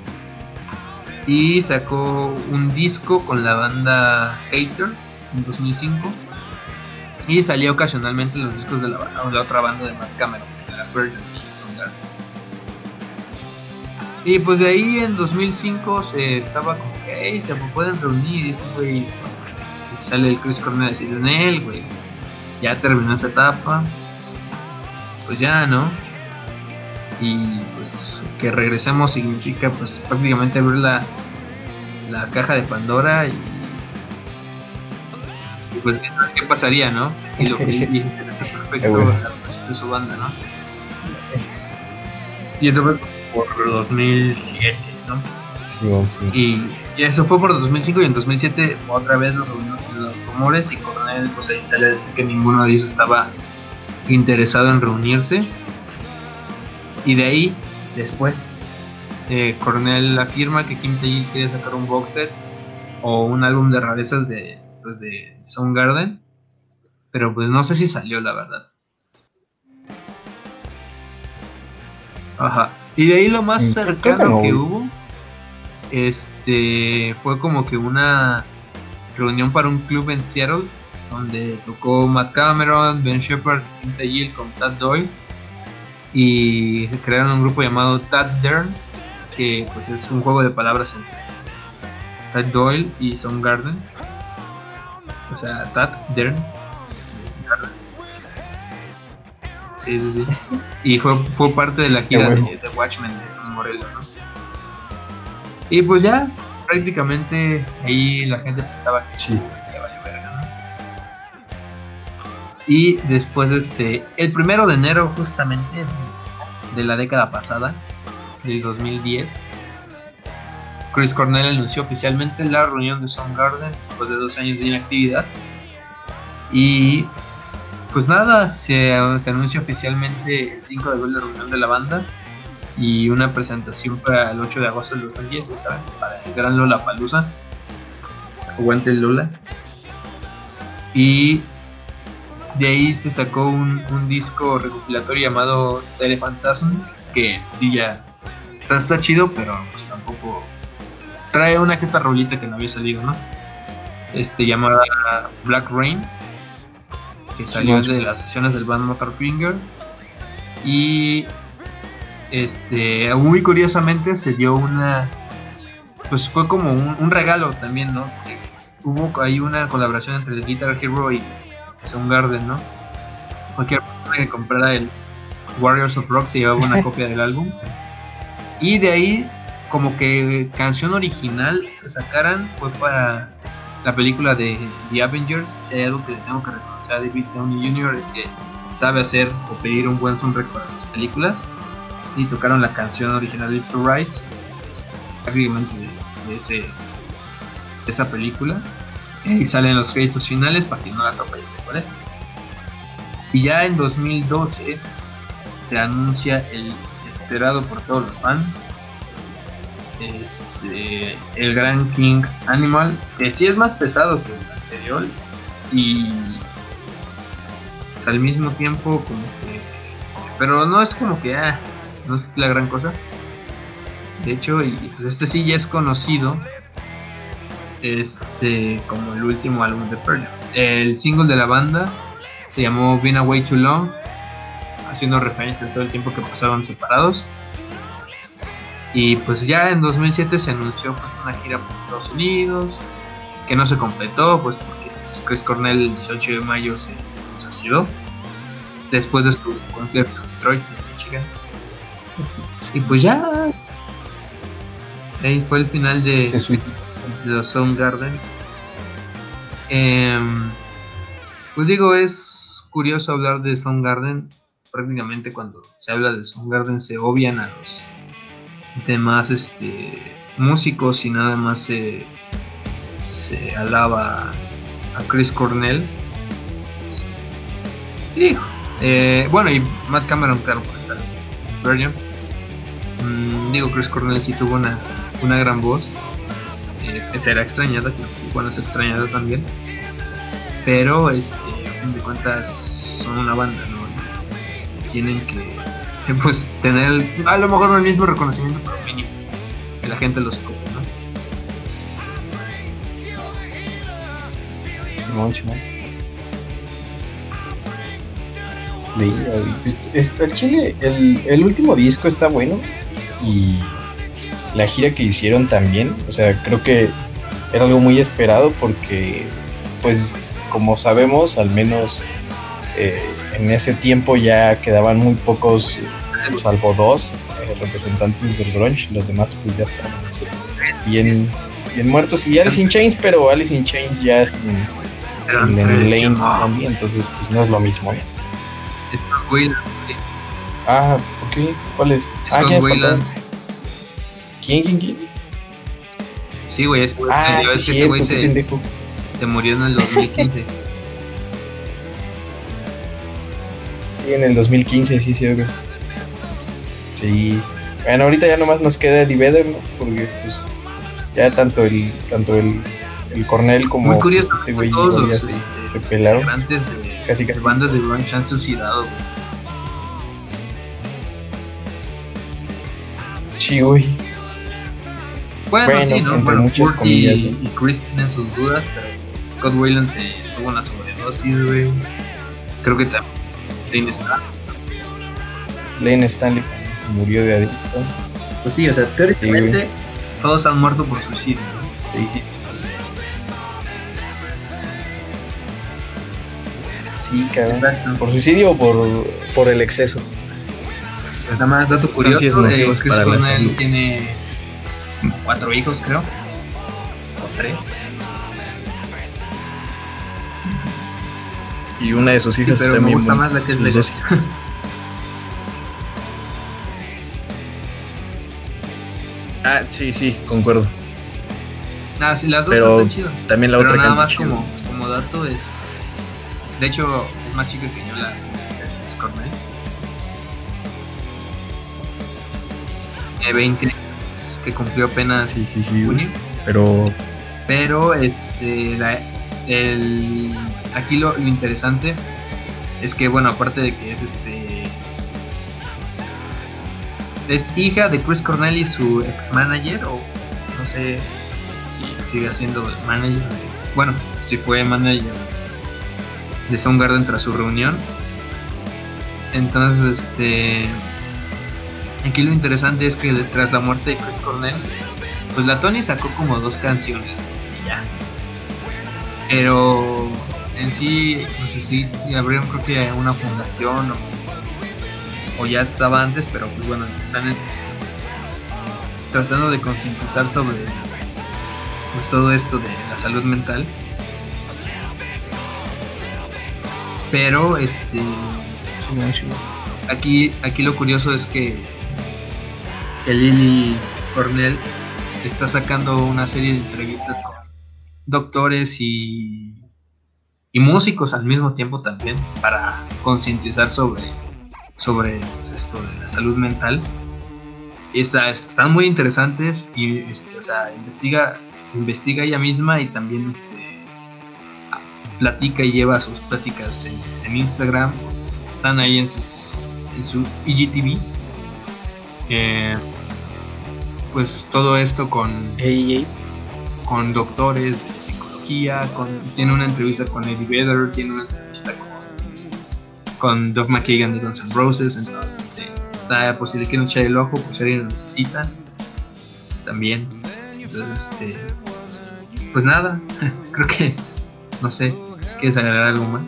y sacó un disco con la banda Hater en dos mil cinco, y salía ocasionalmente en los discos de la, la otra banda de Matt Cameron, de la Virgin y Soundgarden. Y pues de ahí en dos mil cinco se estaba como que hey, se pueden reunir, y ese güey sale el Chris Cornell y dice Lionel, güey, ya terminó esa etapa, pues ya, ¿no? Y pues que regresemos significa pues prácticamente abrir la, la caja de Pandora y, y pues qué pasaría, ¿no? Y lo que dice se le hace perfecto bueno. A la presentación de su banda, ¿no? Y eso fue por dos mil siete, ¿no? Sí, sí. Y, y eso fue por dos mil cinco, y en dos mil siete otra vez los, los rumores, y Cornell pues ahí sale a decir que ninguno de ellos estaba interesado en reunirse. Y de ahí, después, eh, Cornell afirma que Kim Tae-il quiere sacar un box set o un álbum de rarezas de, pues, de Soundgarden, pero pues no sé si salió, la verdad. Ajá. Y de ahí lo más cercano no. que hubo, este, fue como que una reunión para un club en Seattle, donde tocó Matt Cameron, Ben Shepherd, Kim Tae-il con Tad Doyle, y se crearon un grupo llamado Tad Dern, que pues es un juego de palabras entre Tad Doyle y Soundgarden, o sea, Tad Dern. Sí, sí, sí. Y fue, fue parte de la gira bueno. de, de Watchmen de Tom Morello, ¿no? Y pues ya, prácticamente ahí la gente pensaba que sí. se iba a llover, ¿no? Y después, este, el primero de enero justamente de la década pasada, del dos mil diez, Chris Cornell anunció oficialmente la reunión de Soundgarden después de dos años de inactividad. Y pues nada, se, se anuncia oficialmente el cinco de abril la reunión de la banda y una presentación para el ocho de agosto del dos mil diez, ¿saben? Para el gran Lollapalooza. Aguante el Lola. Y de ahí se sacó un, un disco recopilatorio llamado Telephantasm, que sí ya está, está chido, pero pues tampoco trae una que otra rolita que no había salido, ¿no? Este, llamada Black Rain, que salió sí, de las sesiones del band Motorfinger. Y este, muy curiosamente se dio una, pues fue como un, un regalo también, ¿no? Que hubo ahí una colaboración entre el Guitar Hero y Soundgarden, ¿no? Cualquier persona que comprara el Warriors of Rock se llevaba una copia del álbum. Y de ahí, como que canción original que sacaran fue para la película de The Avengers. Si hay algo que tengo que reconocer a David Downey junior es que sabe hacer o pedir un buen soundtrack para sus películas. Y tocaron la canción original de To Rise, prácticamente de, de, ese, de esa película. Y salen los créditos finales para que no la tope, ya sé cuál es. Y ya en dos mil doce se anuncia el esperado por todos los fans, este, el Gran King Animal, que sí es más pesado que el anterior y al mismo tiempo como que, pero no es como que ah, no es la gran cosa. De hecho, y pues este sí ya es conocido este como el último álbum de Pearl. El single de la banda se llamó Been Away Too Long, haciendo referencia a todo el tiempo que pasaron separados. Y pues ya en dos mil siete se anunció pues una gira por Estados Unidos, que no se completó pues porque pues, Chris Cornell el dieciocho de mayo se, se suicidó después de su concierto en Detroit, en Michigan. Y pues ya ahí fue el final de, de los Soundgarden. Eh, pues digo, es curioso hablar de Soundgarden. Prácticamente cuando se habla de Soundgarden se obvian a los demás este, músicos y nada más se, se alaba a Chris Cornell. Y, eh, bueno, y Matt Cameron, claro, por estar Virgin. mmm, digo, Chris Cornell sí tuvo una, una gran voz, eh, será extrañada, que bueno, es extrañada también, pero este, a fin de cuentas son una banda, ¿no? Tienen que, que pues tener el, a lo mejor no el mismo reconocimiento, pero mínimo que la gente los cope, ¿no? Mucho, ¿no? Es, el Chile, el, el último disco está bueno y la gira que hicieron también, o sea, creo que era algo muy esperado porque, pues, como sabemos, al menos eh, en ese tiempo ya quedaban muy pocos, salvo dos eh, representantes del grunge, los demás pues ya estaban bien, bien muertos, y Alice in Chains, pero Alice in Chains ya es sin, sin Lenny Lane también, entonces pues no es lo mismo. Scott Weiland. Ah, ¿por qué? ¿Cuál es? Ah, Scott ¿quién es Weiland. ¿Quién, quién, quién? Sí, güey, ese güey, Ah, ya ves sí, que ese güey qué se, pendejo. se murió en el dos mil quince. Sí, en el dos mil quince, sí, sí, güey. Sí. Bueno, ahorita ya nomás nos queda Eddie Vedder, ¿no? Porque, pues, ya tanto el tanto el, el Cornell como Muy curioso, pues, este güey todos igual ya los se, este, se pelaron. integrantes de, Casi, de casi. bandas de grunge se han suicidado, güey. Sí, güey. Bueno, Bueno, sí, ¿no? entre Bueno, muchas Kurt y, comillas, ¿no? y Chris tienen sus dudas, pero Scott Weiland se tuvo una sobredosis, güey. Creo que también Lane está. Lane Stanley murió de adicto. Pues sí, o sea, teóricamente Sí, todos han muerto por suicidio, ¿no? Sí, sí. Sí, cabrón. Exacto. ¿Por suicidio o por, por el exceso? Pues nada más dato Sustancias curioso, eh, nocivas Chris para la Cornell salud. tiene cuatro hijos, creo. O tres. Y una de sus hijas Sí, pero está me bien gusta bonita, más la que es sus legal. dos hijas. Ah, sí, sí, concuerdo. Ah, sí, las dos Pero están chidas. también la Pero otra nada canta más chido. como, como dato es. De hecho, es más chica que yo la es Cornell. Tiene veinte, que cumplió apenas Sí, sí, sí. junio. Pero Pero este, la- el, aquí lo, lo interesante es que, bueno, aparte de que es este. Es hija de Chris Cornell y su ex manager, o no sé si sigue siendo el manager. de- bueno, si fue manager de Soundgarden tras su reunión. Entonces, este. Aquí lo interesante es que tras la muerte de Chris Cornell, pues la Tony sacó como dos canciones y ya. Pero en sí, no sé si abrieron, creo que una fundación o, o ya estaba antes, pero pues bueno, están en- tratando de concientizar sobre pues todo esto de la salud mental. Pero este sí, no, sí. aquí aquí lo curioso es que que Lily Cornell está sacando una serie de entrevistas con doctores y, y músicos al mismo tiempo también para concientizar sobre, sobre pues, esto de la salud mental. Está, están muy interesantes y este, o sea, investiga, investiga ella misma y también este, platica y lleva sus pláticas en, en Instagram. Están ahí en, sus, en su I G T V. Eh, pues todo esto con, Ey, ey. con doctores de psicología, con, tiene una entrevista con Eddie Vedder, tiene una entrevista con, con Duff McKagan de Guns N' Roses, entonces este, está posible que no eche el ojo, pues si alguien lo necesita también. Entonces, este, pues nada, creo que, no sé, si quieres agregar algo más.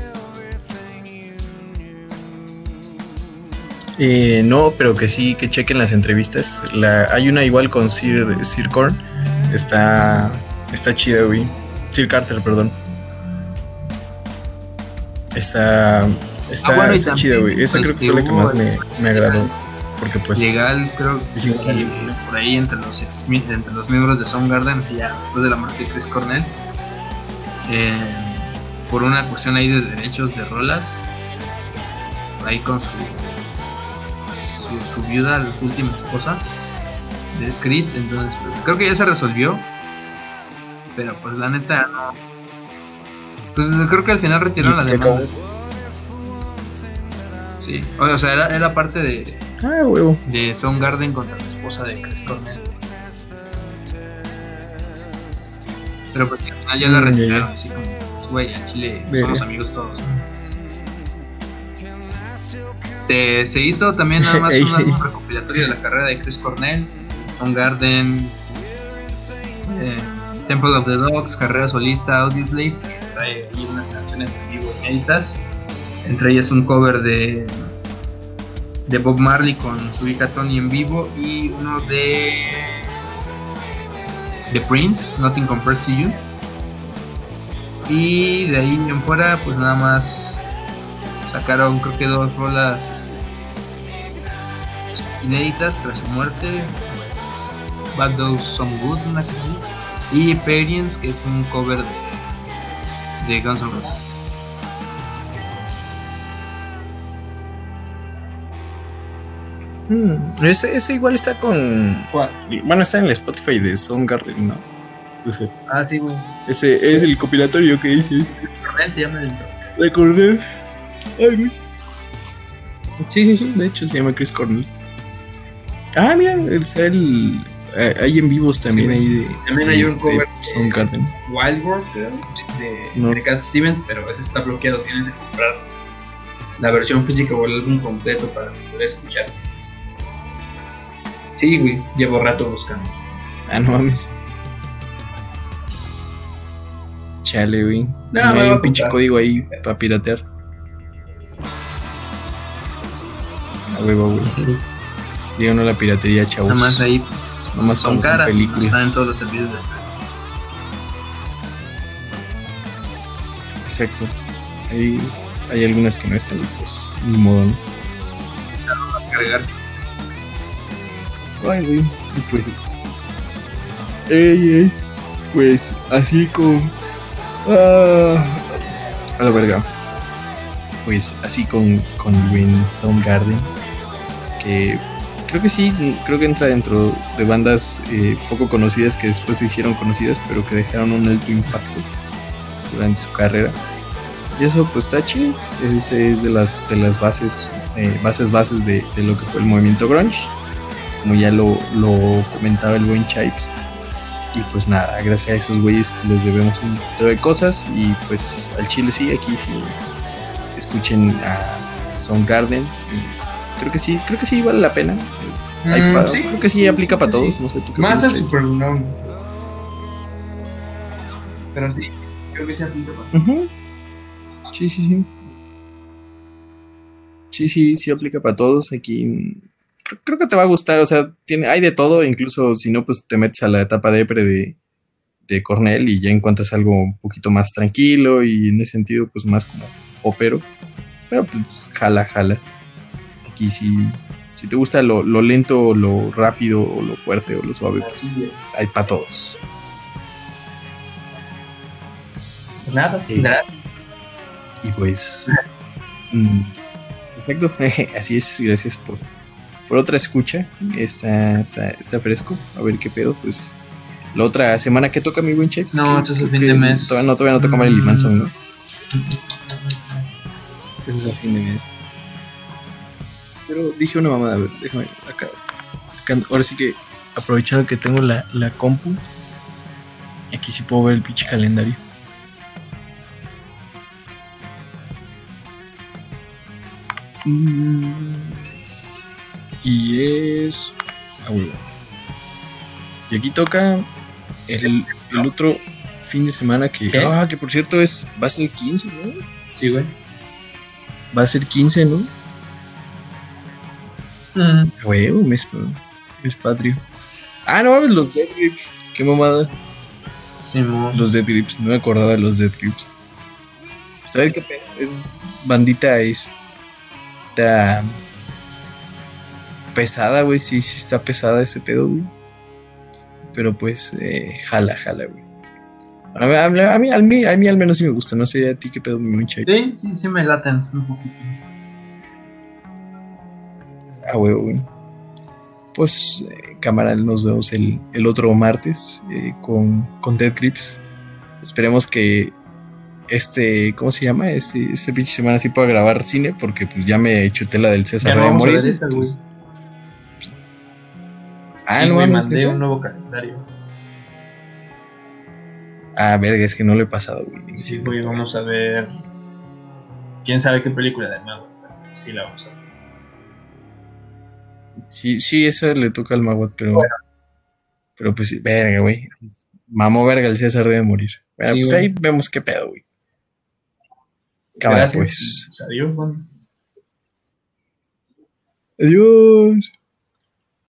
Eh, no, pero que sí, que chequen las entrevistas. La, hay una igual con Sir, Sir Korn. Está, está chida, güey. Sir Carter, perdón. Está, está, Ah, bueno, y está también, chida, güey. Esa pues, creo que fue la que hubo más me, me agradó. Porque pues legal, creo sí, que vale. por ahí entre los ex- entre los miembros de Soundgarden, ya después de la muerte de Chris Cornell, eh, por una cuestión ahí de derechos de rolas, por ahí con su, sus su viuda, la su última esposa de Chris, entonces pues, creo que ya se resolvió, pero pues la neta no, pues creo que al final retiraron la demanda. Sí, o sea, era, era parte de ah, huevo. de Soundgarden contra la esposa de Chris Cornell. Pero pues al final ya la retiraron, así como, pues, güey, en Chile somos amigos todos, ¿no? Se, se hizo también nada más un álbum recopilatorio de la carrera de Chris Cornell, Soundgarden, eh, Temple of the Dogs, carrera solista, Audioslave, que trae ahí unas canciones en vivo inéditas, entre ellas un cover de de Bob Marley con su hija Tony en vivo y uno de de Prince, Nothing Compares to You, y de ahí en fuera pues nada más sacaron creo que dos rolas inéditas tras su muerte, Bad Those Some Good, una cosa así, y Experience, que es un cover de, de Guns N' Roses. Hmm, ese, ese igual está con... ¿Cuál? Bueno, está en el Spotify de Soundgarden, ¿no? No sé. Ah, sí, güey. Ese es el compilatorio que hice. Cornell se llama el... De Cornell. Ay, güey. Sí, sí, sí, de hecho se llama Chris Cornell. Ah, mira, está el... Eh, hay en vivos también sí, ahí de... También hay un cover de Soundgarden. Wild World, creo, de, no. de Cat Stevens, pero ese está bloqueado, tienes que comprar la versión física o el álbum completo para poder escuchar. Sí, güey, llevo rato buscando. Ah, no mames. Chale, güey. No, no me hay va un a pinche comprar. código ahí para piratear. A huevo, güey. Díganos la piratería, chavos. Nada más ahí, Nada más son caras, son películas. están en todos los servicios de streaming. Exacto. Hay, hay algunas que no están, pues, ni modo, ¿no? A cargar. Ay, güey. Y pues. Ey, ey. Pues así con. Ah, a la verga. Pues así con, con Green Soundgarden. Que creo que sí, creo que entra dentro de bandas eh, poco conocidas que después se hicieron conocidas, pero que dejaron un alto impacto durante su carrera. Y eso pues está chido. Es, es de las de las bases, eh, bases, bases de, de lo que fue el movimiento grunge. Como ya lo, lo comentaba el buen Chipes. Y pues nada, gracias a esos güeyes pues les debemos un montón de cosas. Y pues al chile sí, aquí sí escuchen a Soundgarden. Creo que sí, creo que sí vale la pena. Mm, pa- ¿sí? Creo que sí aplica para todos, no sé tú qué más el piensas. Supernova. Pero sí, creo que sí aplica para uh-huh. Sí, sí, sí. Sí, sí, sí aplica para todos. Aquí creo que te va a gustar, o sea, tiene, hay de todo, incluso si no, pues te metes a la etapa depre de, de Cornell y ya encuentras algo un poquito más tranquilo y en ese sentido, pues más como ópero, pero pues jala, jala. Aquí sí, si te gusta lo, lo lento, lo rápido, o lo fuerte, o lo suave, pues hay para todos. Nada, eh, nada. Y pues, mm, exacto, así es, gracias por por otra escucha, está, está, está fresco, a ver qué pedo, pues la otra semana que toca mi buen Chef. No, esto es el fin de mes. Todavía no, todavía no toca Marilyn Manson, ¿no? Ese es el fin de mes. Pero dije una mamada, a ver, déjame acá, acá ahora sí que aprovechando que tengo la, la compu, aquí sí puedo ver el pinche calendario. Mm. Y es... Ah, huevo. Y aquí toca el, el otro fin de semana que... ¿Qué? Ah, que por cierto es va a ser quince, ¿no? Sí, güey. Va a ser quince, ¿no? Mm. Ah, huevo, mes, mes patrio. Ah, no mames, los Dead Grips. Qué mamada. Sí, mo. Los Dead Grips, no me acordaba de los Dead Grips. ¿Sabes qué pedo? Es bandita esta... pesada, güey, sí, sí está pesada ese pedo, güey. Pero pues, eh, jala, jala, güey. A mí, a, mí, a, mí, a mí al menos sí me gusta, no sé a ti qué pedo, mi mancha. Sí, sí, sí me laten un poquito. Ah, güey, güey. pues, eh, cámara, nos vemos el, el otro martes eh, con, con Dead Grips. Esperemos que este, ¿cómo se llama? Este, este pinche semana sí pueda grabar cine, porque pues ya me chuté la del César Ya no de vamos morir. a ver esa, güey. Pues, pues, ah, sí, no güey, mames, mandé ¿neta? un nuevo calendario. Ah, verga, es que no lo he pasado, güey. Sí, güey, vamos a ver. Quién sabe qué película de mago. Sí, la vamos a ver. Sí, sí, esa le toca al Magot, pero. Bueno. Pero pues, verga, güey. Mamo verga, el César debe morir. Bueno, Sí, pues güey. ahí vemos qué pedo, güey. Cámara, Gracias. pues. Y, pues, adiós, güey. Adiós.